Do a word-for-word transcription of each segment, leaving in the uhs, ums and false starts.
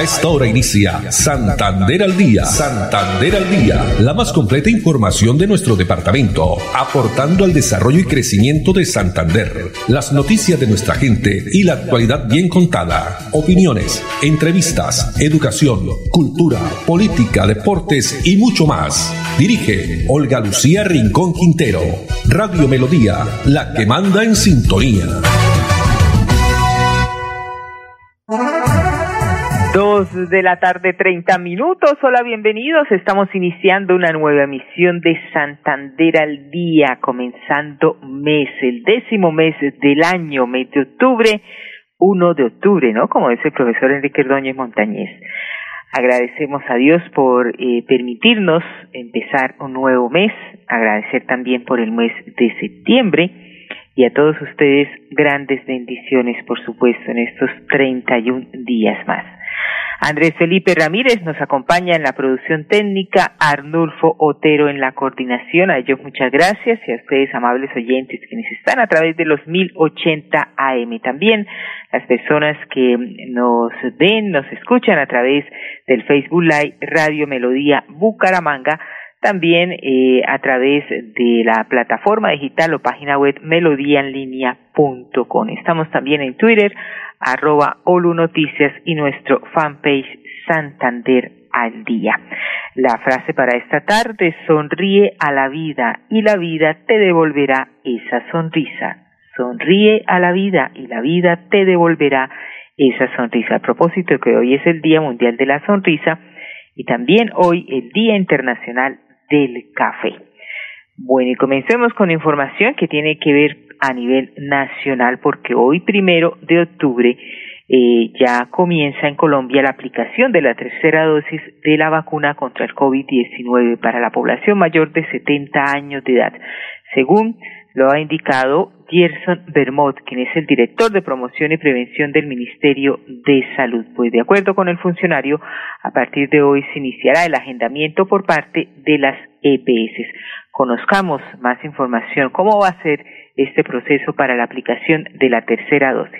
A esta hora inicia Santander al Día. Santander al Día, la más completa información de nuestro departamento, aportando al desarrollo y crecimiento de Santander. Las noticias de nuestra gente y la actualidad bien contada. Opiniones, entrevistas, educación, cultura, política, deportes y mucho más. Dirige Olga Lucía Rincón Quintero. Radio Melodía, la que manda en sintonía. Dos de la tarde, treinta minutos. Hola, bienvenidos. Estamos iniciando una nueva emisión de Santander al Día, comenzando mes, el décimo mes del año, mes de octubre, uno de octubre, ¿no? Como dice el profesor Enrique Ordóñez Montañez. Agradecemos a Dios por eh, permitirnos empezar un nuevo mes, agradecer también por el mes de septiembre y a todos ustedes grandes bendiciones, por supuesto, en estos treinta y un días más. Andrés Felipe Ramírez nos acompaña en la producción técnica, Arnulfo Otero en la coordinación. A ellos muchas gracias y a ustedes, amables oyentes, quienes están a través de los mil ochenta A M. También las personas que nos ven, nos escuchan a través del Facebook Live Radio Melodía Bucaramanga, también eh, a través de la plataforma digital o página web melodíaenlínea punto com. Estamos también en Twitter, arroba Olu Noticias, y nuestro fanpage Santander al Día. La frase para esta tarde: sonríe a la vida y la vida te devolverá esa sonrisa. Sonríe a la vida y la vida te devolverá esa sonrisa. A propósito de que hoy es el Día Mundial de la Sonrisa y también hoy el Día Internacional del Café. Bueno, y comencemos con información que tiene que ver a nivel nacional, porque hoy, primero de octubre, eh, ya comienza en Colombia la aplicación de la tercera dosis de la vacuna contra el COVID diecinueve para la población mayor de setenta años de edad, según lo ha indicado Gerson Bermot, quien es el director de promoción y prevención del Ministerio de Salud. Pues de acuerdo con el funcionario, a partir de hoy se iniciará el agendamiento por parte de las E P S. Conozcamos más información. ¿Cómo va a ser este proceso para la aplicación de la tercera dosis?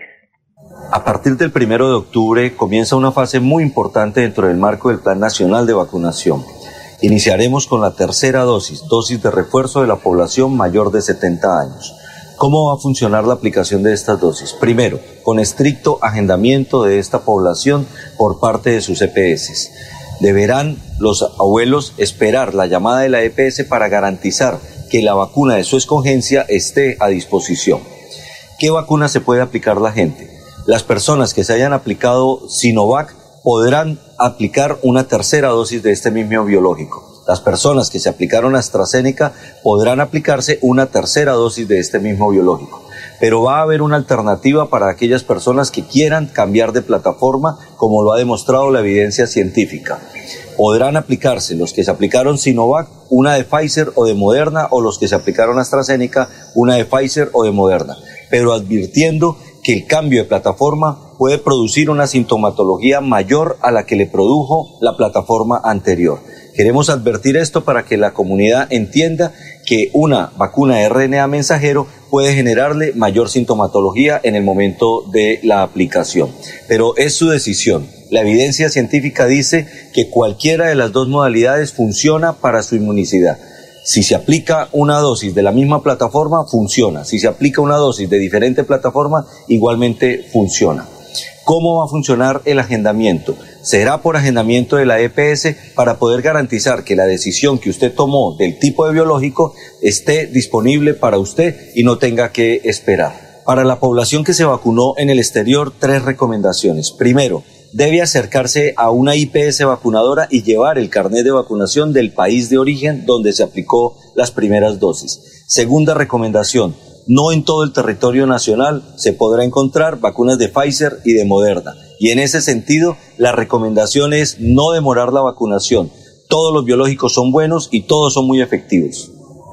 A partir del primero de octubre comienza una fase muy importante dentro del marco del Plan Nacional de Vacunación. Iniciaremos con la tercera dosis, dosis de refuerzo de la población mayor de setenta años. ¿Cómo va a funcionar la aplicación de estas dosis? Primero, con estricto agendamiento de esta población por parte de sus E P S. Deberán los abuelos esperar la llamada de la E P S para garantizar que la vacuna de su escogencia esté a disposición. ¿Qué vacuna se puede aplicar la gente? Las personas que se hayan aplicado Sinovac podrán aplicar una tercera dosis de este mismo biológico. Las personas que se aplicaron AstraZeneca podrán aplicarse una tercera dosis de este mismo biológico. Pero va a haber una alternativa para aquellas personas que quieran cambiar de plataforma, como lo ha demostrado la evidencia científica. Podrán aplicarse los que se aplicaron Sinovac, una de Pfizer o de Moderna, o los que se aplicaron AstraZeneca, una de Pfizer o de Moderna, pero advirtiendo que el cambio de plataforma puede producir una sintomatología mayor a la que le produjo la plataforma anterior. Queremos advertir esto para que la comunidad entienda que una vacuna de R N A mensajero puede generarle mayor sintomatología en el momento de la aplicación. Pero es su decisión. La evidencia científica dice que cualquiera de las dos modalidades funciona para su inmunicidad. Si se aplica una dosis de la misma plataforma, funciona. Si se aplica una dosis de diferente plataforma, igualmente funciona. ¿Cómo va a funcionar el agendamiento? Será por agendamiento de la E P S para poder garantizar que la decisión que usted tomó del tipo de biológico esté disponible para usted y no tenga que esperar. Para la población que se vacunó en el exterior, tres recomendaciones. Primero, debe acercarse a una I P S vacunadora y llevar el carnet de vacunación del país de origen donde se aplicó las primeras dosis. Segunda recomendación, no en todo el territorio nacional se podrá encontrar vacunas de Pfizer y de Moderna. Y en ese sentido, la recomendación es no demorar la vacunación. Todos los biológicos son buenos y todos son muy efectivos.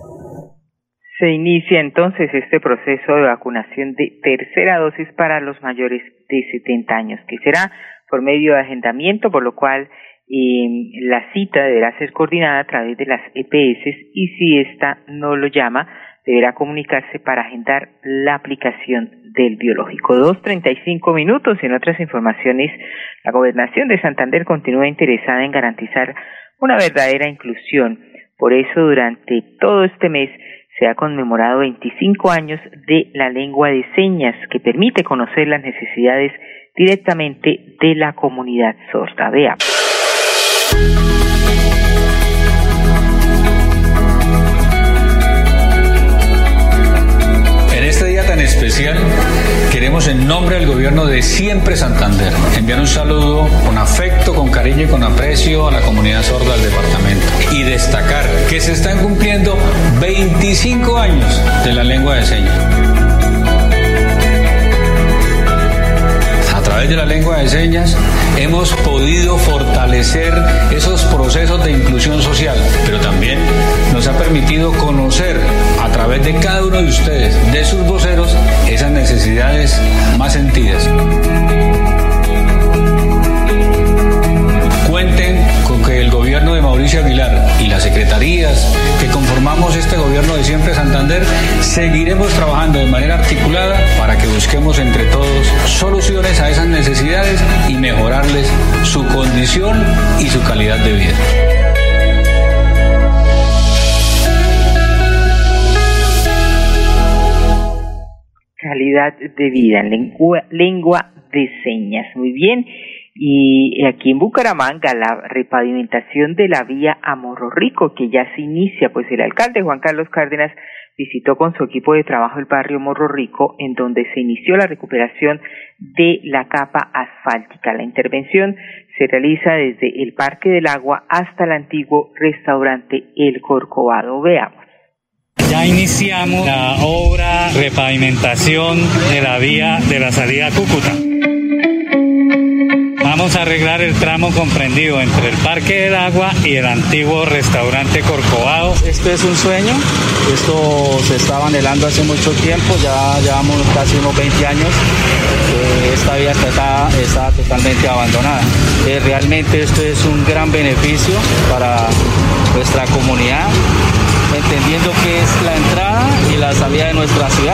Se inicia entonces este proceso de vacunación de tercera dosis para los mayores de setenta años, que será por medio de agendamiento, por lo cual eh, la cita deberá ser coordinada a través de las E P S y si ésta no lo llama, deberá comunicarse para agendar la aplicación del biológico. Dos treinta y cinco minutos. Y en otras informaciones, la Gobernación de Santander continúa interesada en garantizar una verdadera inclusión. Por eso, durante todo este mes se ha conmemorado veinticinco años de la lengua de señas, que permite conocer las necesidades directamente de la comunidad sorda. Veamos. En este día tan especial, queremos en nombre del gobierno de Siempre Santander enviar un saludo con afecto, con cariño y con aprecio a la comunidad sorda del departamento y destacar que se están cumpliendo veinticinco años de la lengua de señas. A través de la lengua de señas hemos podido fortalecer esos procesos de inclusión social, pero también nos ha permitido conocer a través de cada uno de ustedes, de sus voceros, esas necesidades más sentidas. Cuenten con que el gobierno de Mauricio Aguilar y las secretarías que conformamos este gobierno de Siempre Santander seguiremos trabajando de manera articulada para que busquemos entre todos soluciones a esas necesidades y mejorarles su condición y su calidad de vida. Calidad de vida, lengua, lengua de señas. Muy bien. Y aquí en Bucaramanga, la repavimentación de la vía a Morro Rico, que ya se inicia, pues el alcalde Juan Carlos Cárdenas visitó con su equipo de trabajo el barrio Morro Rico, en donde se inició la recuperación de la capa asfáltica. La intervención se realiza desde el Parque del Agua hasta el antiguo restaurante El Corcovado. Veamos. Ya iniciamos la obra de repavimentación de la vía de la salida a Cúcuta. Vamos a arreglar el tramo comprendido entre el Parque del Agua y el antiguo restaurante Corcovado. Esto es un sueño, esto se estaba anhelando hace mucho tiempo, ya llevamos casi unos veinte años, eh, esta vía está, está totalmente abandonada. Eh, realmente esto es un gran beneficio para nuestra comunidad, entendiendo que es la entrada y la salida de nuestra ciudad.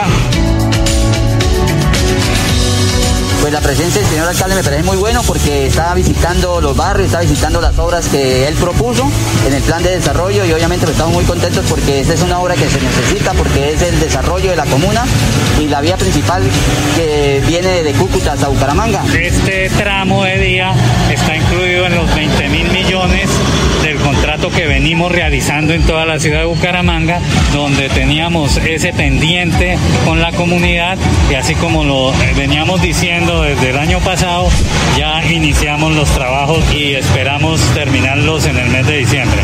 Pues la presencia del señor alcalde me parece muy bueno porque está visitando los barrios, está visitando las obras que él propuso en el plan de desarrollo y obviamente pues estamos muy contentos porque esta es una obra que se necesita porque es el desarrollo de la comuna y la vía principal que viene de Cúcuta hasta Bucaramanga. Este tramo de vía está incluido en los veinte mil millones del contrato que venimos realizando en toda la ciudad de Bucaramanga, donde teníamos ese pendiente con la comunidad y así como lo veníamos diciendo desde el año pasado, ya iniciamos los trabajos y esperamos terminarlos en el mes de diciembre.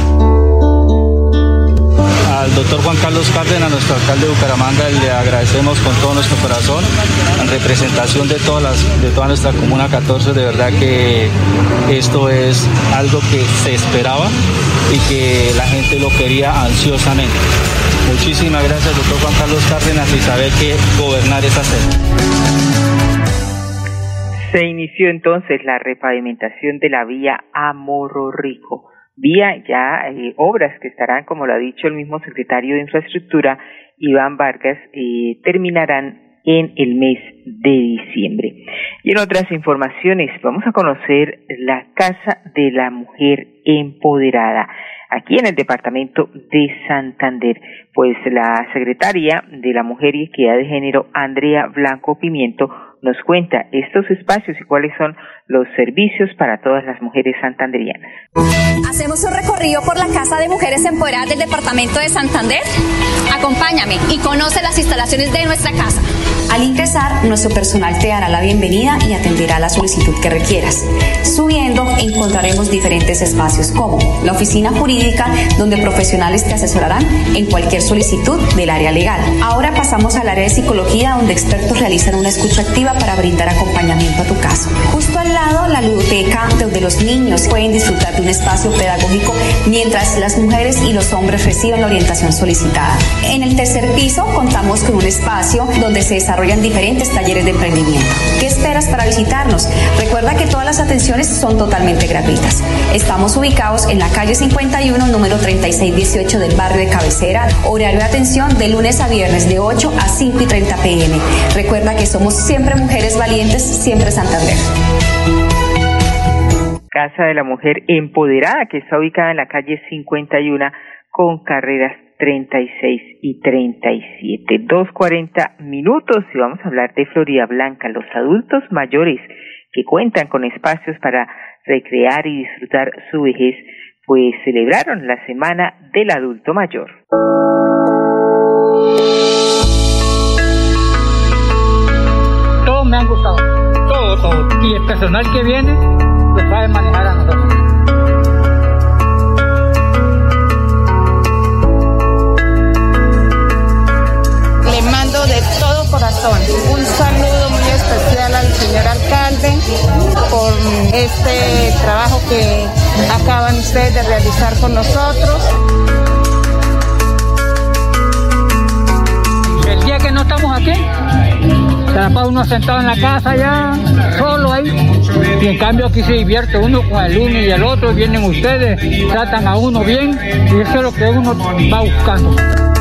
Al doctor Juan Carlos Cárdenas, nuestro alcalde de Bucaramanga, le agradecemos con todo nuestro corazón, en representación de todas las, de toda nuestra comuna catorce, de verdad que esto es algo que se esperaba y que la gente lo quería ansiosamente. Muchísimas gracias, doctor Juan Carlos Cárdenas, y saber que gobernar es hacer. Se inició entonces la repavimentación de la vía a Morro Rico. Vía ya, eh, obras que estarán, como lo ha dicho el mismo secretario de Infraestructura, Iván Vargas, eh, terminarán en el mes de diciembre. Y en otras informaciones, vamos a conocer la Casa de la Mujer Empoderada, aquí en el departamento de Santander. Pues la secretaria de la Mujer y Equidad de Género, Andrea Blanco Pimiento, nos cuenta estos espacios y cuáles son los servicios para todas las mujeres santanderianas. Hacemos un recorrido por la Casa de Mujeres Empoderadas del departamento de Santander. Acompáñame y conoce las instalaciones de nuestra casa. Al ingresar, nuestro personal te dará la bienvenida y atenderá la solicitud que requieras. Subiendo, encontraremos diferentes espacios como la oficina jurídica, donde profesionales te asesorarán en cualquier solicitud del área legal. Ahora pasamos al área de psicología, donde expertos realizan una escucha activa para brindar acompañamiento a tu caso. Justo al lado, la ludoteca, donde los niños pueden disfrutar de un espacio pedagógico mientras las mujeres y los hombres reciben la orientación solicitada. En el tercer piso, contamos con un espacio donde se desarrollan diferentes talleres de emprendimiento. ¿Qué esperas para visitarnos. Recuerda que todas las atenciones son totalmente gratuitas. Estamos ubicados en la calle cincuenta y uno, número treinta y seis dieciocho del barrio de Cabecera. Horario de atención de lunes a viernes de ocho a cinco y treinta pm. Recuerda que somos siempre mujeres valientes, siempre Santander. Casa de la Mujer Empoderada, que está ubicada en la calle cincuenta y uno con carreras treinta y seis y treinta y siete. dos cuarenta minutos y vamos a hablar de Florida Blanca. Los adultos mayores que cuentan con espacios para recrear y disfrutar su vejez, pues celebraron la Semana del Adulto Mayor. Todos me han gustado, todo, todo. Y el personal que viene lo sabe manejar a nosotros. Le mando de todo corazón un saludo muy especial al señor alcalde por este trabajo que acaban ustedes de realizar con nosotros. El día que no estamos aquí, se la pasa uno sentado en la casa ya, solo ahí. Y en cambio aquí se divierte uno con el uno y el otro, vienen ustedes, tratan a uno bien, y eso es lo que uno va buscando.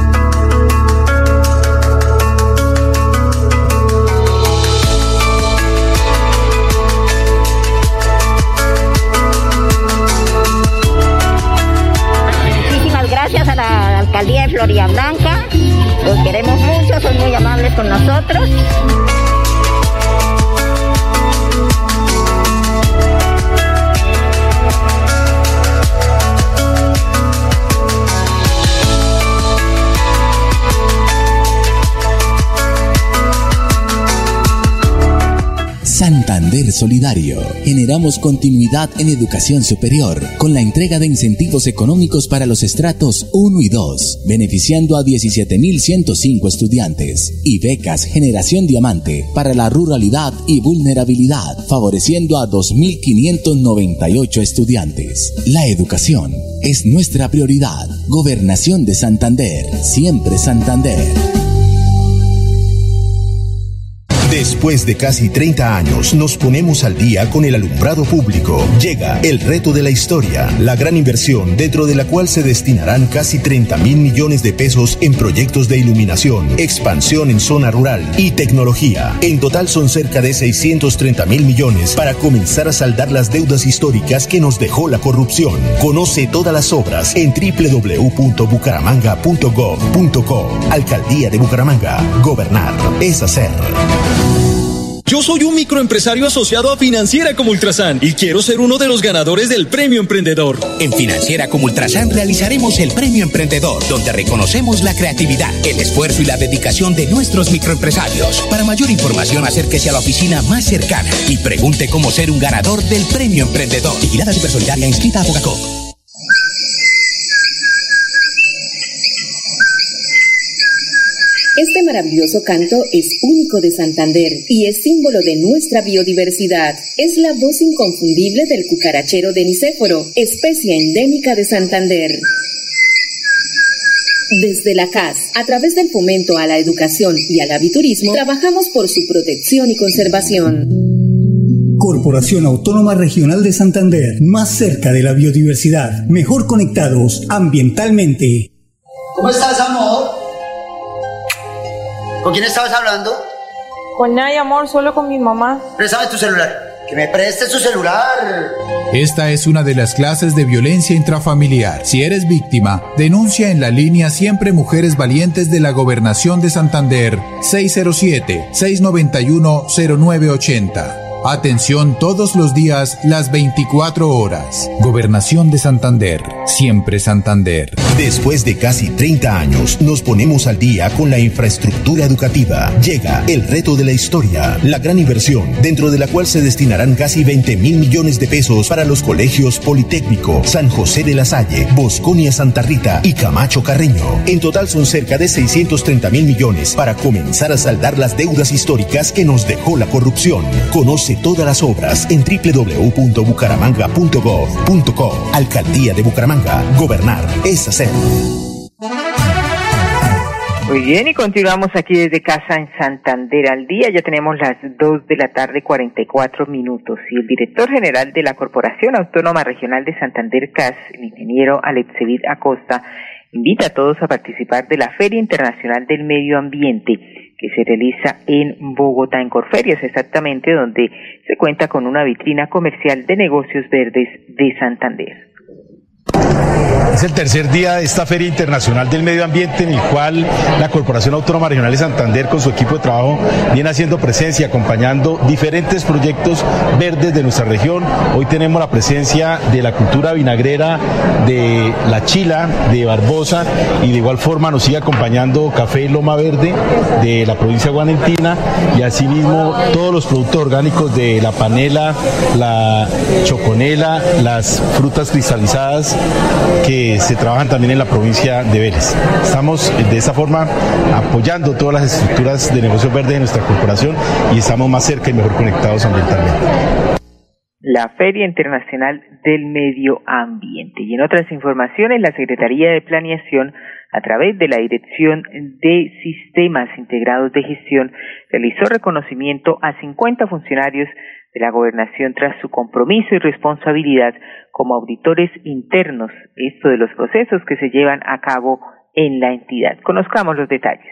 Muchísimas gracias a la alcaldía de Florida Blanca. Los queremos mucho, son muy amables con nosotros. Santander Solidario. Generamos continuidad en educación superior con la entrega de incentivos económicos para los estratos uno y dos, beneficiando a diecisiete mil ciento cinco estudiantes, y becas Generación Diamante para la ruralidad y vulnerabilidad, favoreciendo a dos mil quinientos noventa y ocho estudiantes. La educación es nuestra prioridad. Gobernación de Santander, siempre Santander. Después de casi treinta años, nos ponemos al día con el alumbrado público. Llega el reto de la historia, la gran inversión dentro de la cual se destinarán casi treinta mil millones de pesos en proyectos de iluminación, expansión en zona rural y tecnología. En total son cerca de seiscientos treinta mil millones para comenzar a saldar las deudas históricas que nos dejó la corrupción. Conoce todas las obras en doble u doble u doble u punto bucaramanga punto gov punto co. Alcaldía de Bucaramanga. Gobernar es hacer. Yo soy un microempresario asociado a Financiera como Ultrasan y quiero ser uno de los ganadores del Premio Emprendedor. En Financiera como Ultrasan realizaremos el Premio Emprendedor, donde reconocemos la creatividad, el esfuerzo y la dedicación de nuestros microempresarios. Para mayor información, acérquese a la oficina más cercana y pregunte cómo ser un ganador del Premio Emprendedor. Vigilada Supersolidaria, inscrita a Fogacop. Este maravilloso canto es único de Santander y es símbolo de nuestra biodiversidad. Es la voz inconfundible del cucarachero denicéforo, especie endémica de Santander. Desde la C A S, a través del fomento a la educación y al aviturismo, trabajamos por su protección y conservación. Corporación Autónoma Regional de Santander, más cerca de la biodiversidad, mejor conectados ambientalmente. ¿Cómo estás, amor? ¿Con quién estabas hablando? Con nadie, amor, solo con mi mamá. Préstame tu celular. Que me prestes tu celular. Esta es una de las clases de violencia intrafamiliar. Si eres víctima, denuncia en la línea Siempre Mujeres Valientes de la Gobernación de Santander, seis cero siete, seis nueve uno, cero nueve ocho cero. Atención todos los días, las veinticuatro horas. Gobernación de Santander, siempre Santander. Después de casi treinta años, nos ponemos al día con la infraestructura educativa. Llega el reto de la historia, la gran inversión, dentro de la cual se destinarán casi veinte mil millones de pesos para los colegios Politécnico, San José de la Salle, Bosconia Santa Rita y Camacho Carreño. En total son cerca de seiscientos treinta mil millones para comenzar a saldar las deudas históricas que nos dejó la corrupción. Conoce todas las obras en doble u doble u doble u punto bucaramanga punto gov punto co. Alcaldía de Bucaramanga. Gobernar es hacer. Muy bien, y continuamos aquí desde casa en Santander al día. Ya tenemos las dos de la tarde, cuarenta y cuatro minutos. Y el director general de la Corporación Autónoma Regional de Santander, C A S, el ingeniero Alexevid Acosta, invita a todos a participar de la Feria Internacional del Medio Ambiente, que se realiza en Bogotá, en Corferias exactamente, donde se cuenta con una vitrina comercial de negocios verdes de Santander. Es el tercer día de esta Feria Internacional del Medio Ambiente, en el cual la Corporación Autónoma Regional de Santander, con su equipo de trabajo, viene haciendo presencia, acompañando diferentes proyectos verdes de nuestra región. Hoy tenemos la presencia de la cultura vinagrera de La Chila, de Barbosa, y de igual forma nos sigue acompañando Café Loma Verde de la provincia de Guanentina, y asimismo todos los productos orgánicos de la panela, la choconela, las frutas cristalizadas que se trabajan también en la provincia de Vélez. Estamos de esa forma apoyando todas las estructuras de negocios verdes de nuestra corporación y estamos más cerca y mejor conectados ambientalmente. La Feria Internacional del Medio Ambiente. Y en otras informaciones, la Secretaría de Planeación, a través de la Dirección de Sistemas Integrados de Gestión, realizó reconocimiento a cincuenta funcionarios de la Gobernación tras su compromiso y responsabilidad como auditores internos, esto de los procesos que se llevan a cabo en la entidad. Conozcamos los detalles.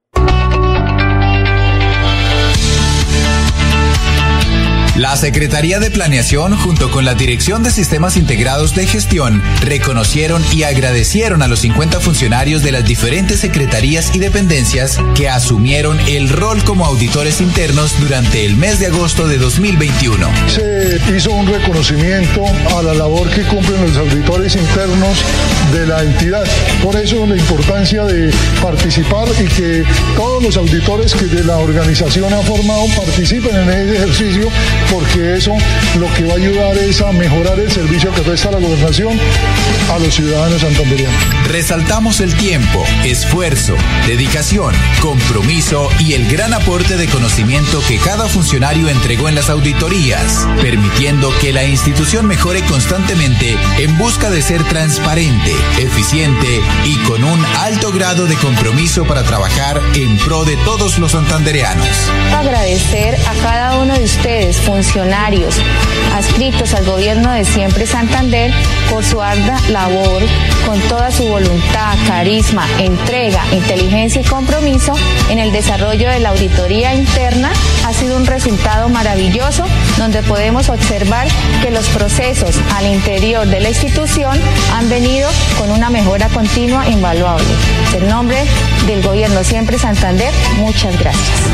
La Secretaría de Planeación, junto con la Dirección de Sistemas Integrados de Gestión, reconocieron y agradecieron a los cincuenta funcionarios de las diferentes secretarías y dependencias que asumieron el rol como auditores internos durante el mes de agosto de dos mil veintiuno. Se hizo un reconocimiento a la labor que cumplen los auditores internos de la entidad. Por eso la importancia de participar y que todos los auditores que de la organización ha formado participen en ese ejercicio, porque eso lo que va a ayudar es a mejorar el servicio que presta la gobernación a los ciudadanos santanderianos. Resaltamos el tiempo, esfuerzo, dedicación, compromiso y el gran aporte de conocimiento que cada funcionario entregó en las auditorías, permitiendo que la institución mejore constantemente en busca de ser transparente, eficiente y con un alto grado de compromiso para trabajar en pro de todos los santandereanos. Agradecer a cada uno de ustedes, funcionarios adscritos al gobierno de Siempre Santander, por su ardua labor, con toda su voluntad, carisma, entrega, inteligencia y compromiso en el desarrollo de la auditoría interna. Ha sido un resultado maravilloso, donde podemos observar que los procesos al interior de la institución han venido con una mejora continua invaluable. En nombre del gobierno Siempre Santander, muchas gracias.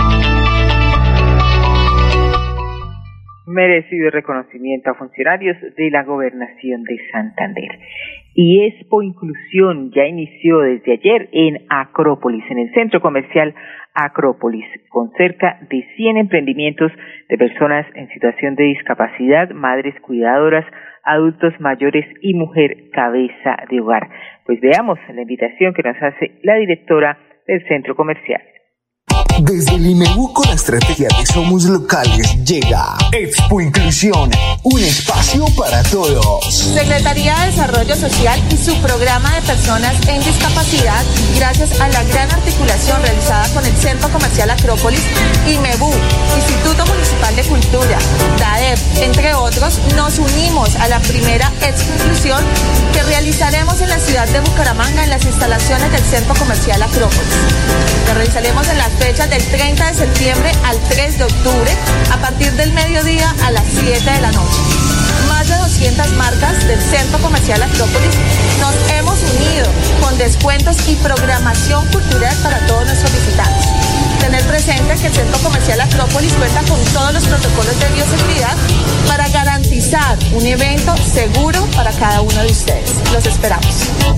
Merecido reconocimiento a funcionarios de la Gobernación de Santander. Y Expo Inclusión ya inició desde ayer en Acrópolis, en el centro comercial Acrópolis, con cerca de cien emprendimientos de personas en situación de discapacidad, madres cuidadoras, adultos mayores y mujer cabeza de hogar. Pues veamos la invitación que nos hace la directora del centro comercial. Desde el IMEU, con la estrategia de Somos Locales, llega Expo Inclusión, un espacio para todos. Secretaría de Desarrollo Social y su programa de personas en discapacidad, gracias a la gran articulación realizada con el Centro Comercial Acrópolis, IMEU, Instituto Municipal de Cultura, DAEP, entre otros, nos unimos a la primera Expo Inclusión que realizaremos en la ciudad de Bucaramanga, en las instalaciones del Centro Comercial Acrópolis. Lo realizaremos en las fechas del treinta de septiembre al tres de octubre, a partir del mediodía a las siete de la noche. Más de doscientas marcas del Centro Comercial Acrópolis nos hemos unido con descuentos y programación cultural para todos nuestros visitantes. Tener presente que el Centro Comercial Acrópolis cuenta con todos los protocolos de bioseguridad para garantizar un evento seguro para cada uno de ustedes. Los esperamos.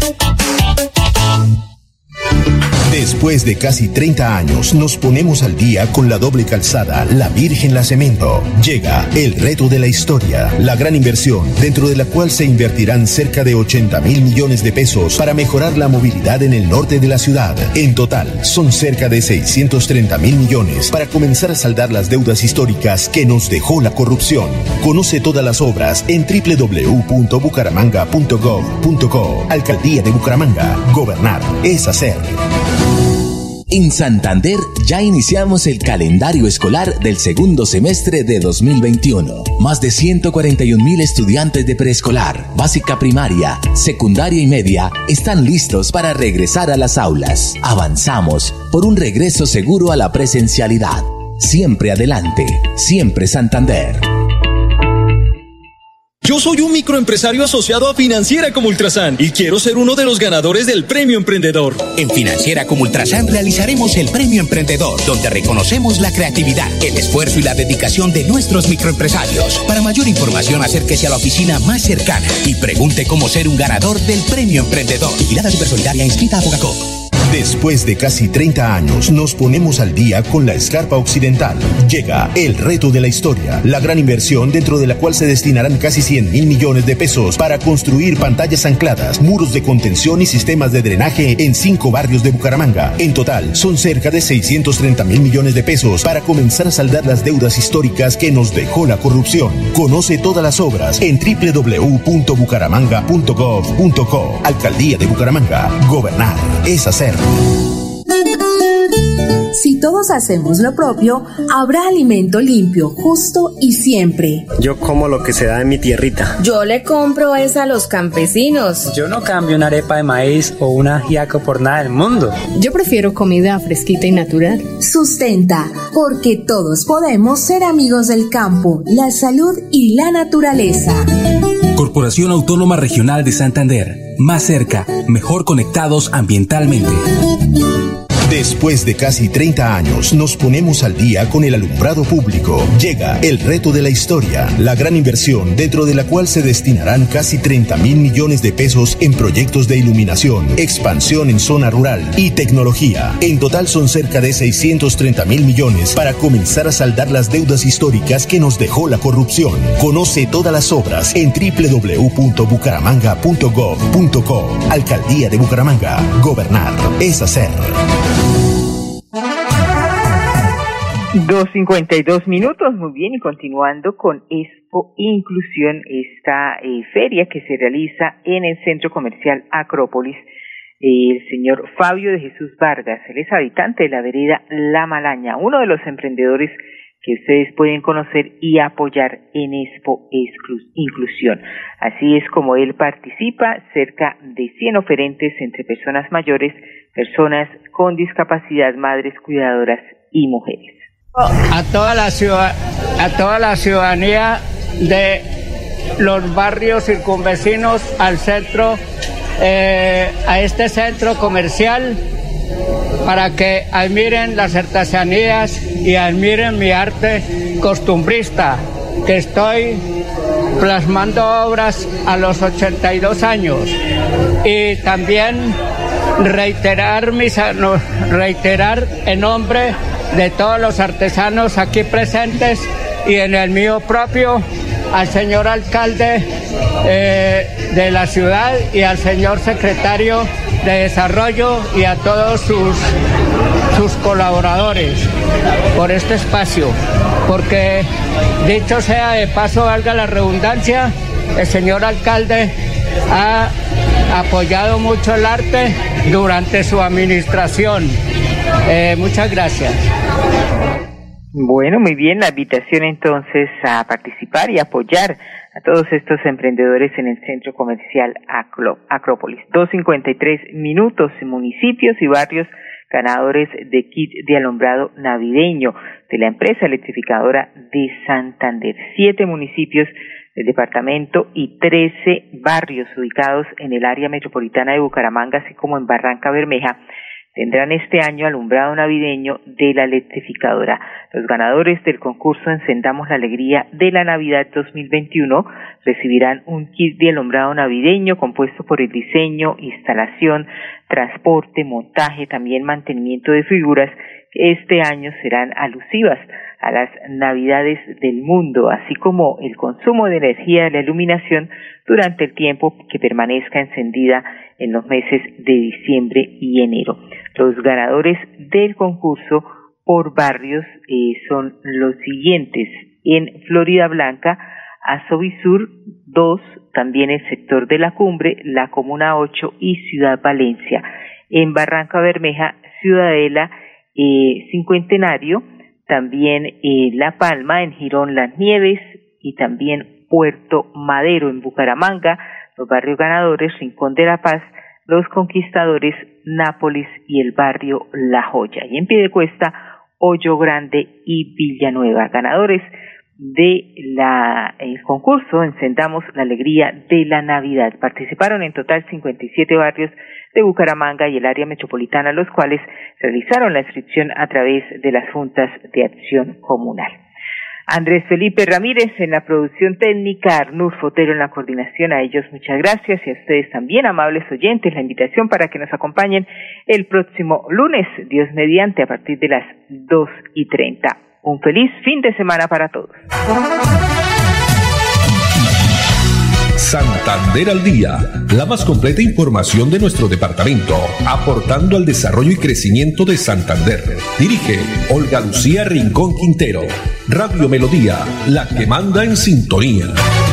Después de casi treinta años, nos ponemos al día con la doble calzada La Virgen La Cemento. Llega el reto de la historia, la gran inversión, dentro de la cual se invertirán cerca de ochenta mil millones de pesos para mejorar la movilidad en el norte de la ciudad. En total, son cerca de seiscientos treinta mil millones para comenzar a saldar las deudas históricas que nos dejó la corrupción. Conoce todas las obras en doble u doble u doble u punto bucaramanga punto gov punto co. Alcaldía de Bucaramanga. Gobernar es hacer. En Santander ya iniciamos el calendario escolar del segundo semestre de dos mil veintiuno. Más de ciento cuarenta y un mil estudiantes de preescolar, básica primaria, secundaria y media están listos para regresar a las aulas. Avanzamos por un regreso seguro a la presencialidad. Siempre adelante, siempre Santander. Yo soy un microempresario asociado a Financiera como Ultrasan y quiero ser uno de los ganadores del Premio Emprendedor. En Financiera como Ultrasan realizaremos el Premio Emprendedor, donde reconocemos la creatividad, el esfuerzo y la dedicación de nuestros microempresarios. Para mayor información, acérquese a la oficina más cercana y pregunte cómo ser un ganador del Premio Emprendedor. Vigilada Supersolidaria inscrita a Fogacop. Después de casi treinta años, nos ponemos al día con la Escarpa Occidental. Llega el reto de la historia, la gran inversión dentro de la cual se destinarán casi cien mil millones de pesos para construir pantallas ancladas, muros de contención y sistemas de drenaje en cinco barrios de Bucaramanga. En total, son cerca de seiscientos treinta mil millones de pesos para comenzar a saldar las deudas históricas que nos dejó la corrupción. Conoce todas las obras en doble u doble u doble u punto bucaramanga punto gov punto co. Alcaldía de Bucaramanga. Gobernar es hacer. Si todos hacemos lo propio, habrá alimento limpio, justo y siempre. Yo como lo que se da en mi tierrita. Yo le compro es a los campesinos. Yo no cambio una arepa de maíz o un ajiaco por nada del mundo. Yo prefiero comida fresquita y natural. Sustenta, porque todos podemos ser amigos del campo, la salud y la naturaleza. Corporación Autónoma Regional de Santander. Más cerca, mejor conectados ambientalmente. Después de casi treinta años, nos ponemos al día con el alumbrado público. Llega el reto de la historia, la gran inversión dentro de la cual se destinarán casi treinta mil millones de pesos en proyectos de iluminación, expansión en zona rural y tecnología. En total son cerca de seiscientos treinta mil millones para comenzar a saldar las deudas históricas que nos dejó la corrupción. Conoce todas las obras en doble u doble u doble u punto bucaramanga punto gov punto co. Alcaldía de Bucaramanga. Gobernar es hacer. dos cincuenta y dos minutos, muy bien, y continuando con Expo Inclusión, esta eh, feria que se realiza en el Centro Comercial Acrópolis. Eh, el señor Fabio de Jesús Vargas, él es habitante de la vereda La Malaña, uno de los emprendedores que ustedes pueden conocer y apoyar en Expo Inclusión. Así es como él participa, cerca de cien oferentes entre personas mayores, personas con discapacidad, madres cuidadoras y mujeres. A toda la ciudad, a toda la ciudadanía de los barrios circunvecinos al centro, eh, a este centro comercial, para que admiren las artesanías y admiren mi arte costumbrista, que estoy plasmando obras a los ochenta y dos años, y también reiterar mis no, reiterar en nombre de todos los artesanos aquí presentes y en el mío propio al señor alcalde eh, de la ciudad y al señor secretario de Desarrollo y a todos sus, sus colaboradores por este espacio, porque dicho sea de paso, valga la redundancia, el señor alcalde ha apoyado mucho el arte durante su administración. Eh, muchas gracias. Bueno, muy bien, la invitación entonces a participar y apoyar a todos estos emprendedores en el Centro Comercial Acrópolis. dos cincuenta y tres minutos, municipios y barrios ganadores de kit de alumbrado navideño de la empresa electrificadora de Santander. Siete municipios del departamento y trece barrios ubicados en el área metropolitana de Bucaramanga, así como en Barranca Bermeja, tendrán este año alumbrado navideño de la electrificadora. Los ganadores del concurso Encendamos la Alegría de la Navidad dos mil veintiuno recibirán un kit de alumbrado navideño compuesto por el diseño, instalación, transporte, montaje, también mantenimiento de figuras que este año serán alusivas a las Navidades del mundo, así como el consumo de energía de la iluminación durante el tiempo que permanezca encendida en los meses de diciembre y enero. Los ganadores del concurso por barrios eh, son los siguientes: en Florida Blanca, Azovisur dos, también el sector de la Cumbre, la Comuna ocho y Ciudad Valencia. En Barranca Bermeja, Ciudadela, eh, Cincuentenario, también eh, La Palma, en Girón Las Nieves y también Puerto Madero en Bucaramanga, los barrios ganadores Rincón de la Paz, Los Conquistadores, Nápoles y el barrio La Joya. Y en Piedecuesta, Hoyo Grande y Villanueva. Ganadores de la el concurso Encendamos la Alegría de la Navidad. Participaron en total cincuenta y siete barrios de Bucaramanga y el área metropolitana, los cuales realizaron la inscripción a través de las juntas de acción comunal. Andrés Felipe Ramírez en la producción técnica, Arnur Fotero en la coordinación. A ellos muchas gracias y a ustedes también, amables oyentes, la invitación para que nos acompañen el próximo lunes, Dios mediante, a partir de las dos y treinta. Un feliz fin de semana para todos. Santander al Día, la más completa información de nuestro departamento, aportando al desarrollo y crecimiento de Santander. Dirige Olga Lucía Rincón Quintero. Radio Melodía, la que manda en sintonía.